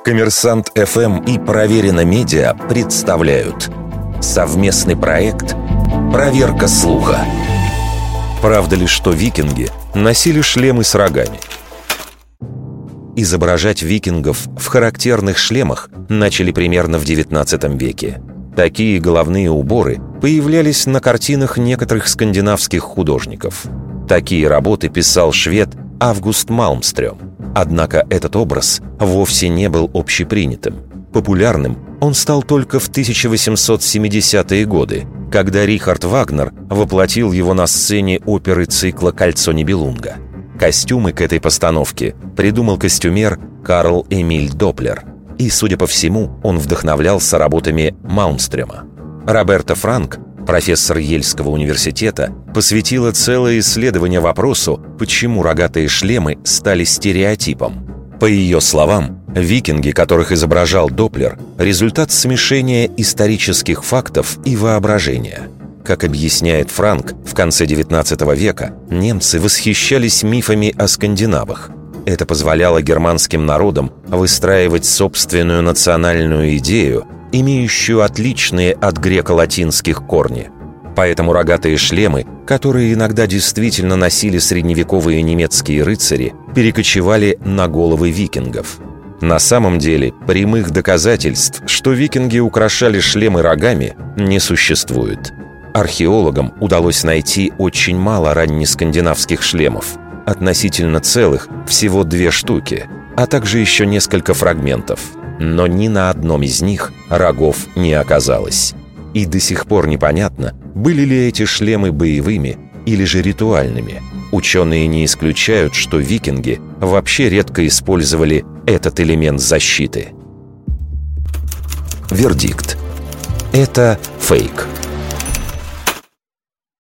Коммерсант ФМ и Проверено Медиа представляют совместный проект «Проверка слуха». Правда ли, что викинги носили шлемы с рогами? Изображать викингов в характерных шлемах начали примерно в XIX веке. Такие головные уборы появлялись на картинах некоторых скандинавских художников. Такие работы писал швед Август Малмстрём. Однако этот образ вовсе не был общепринятым. Популярным он стал только в 1870-е годы, когда Рихард Вагнер воплотил его на сцене оперы цикла «Кольцо Нибелунга». Костюмы к этой постановке придумал костюмер Карл Эмиль Доплер. И, судя по всему, он вдохновлялся работами Малмстрёма. Роберта Франк, профессор Ельского университета, посвятила целое исследование вопросу, почему рогатые шлемы стали стереотипом. По ее словам, викинги, которых изображал Доплер, результат смешения исторических фактов и воображения. Как объясняет Франк, в конце XIX века немцы восхищались мифами о скандинавах. Это позволяло германским народам выстраивать собственную национальную идею, имеющую отличные от греко-латинских корни. Поэтому рогатые шлемы, которые иногда действительно носили средневековые немецкие рыцари, перекочевали на головы викингов. На самом деле, прямых доказательств, что викинги украшали шлемы рогами, не существует. Археологам удалось найти очень мало раннескандинавских шлемов, относительно целых всего 2 штуки, а также еще несколько фрагментов. Но ни на одном из них рогов не оказалось. И до сих пор непонятно, были ли эти шлемы боевыми или же ритуальными. Ученые не исключают, что викинги вообще редко использовали этот элемент защиты. Вердикт. Это фейк.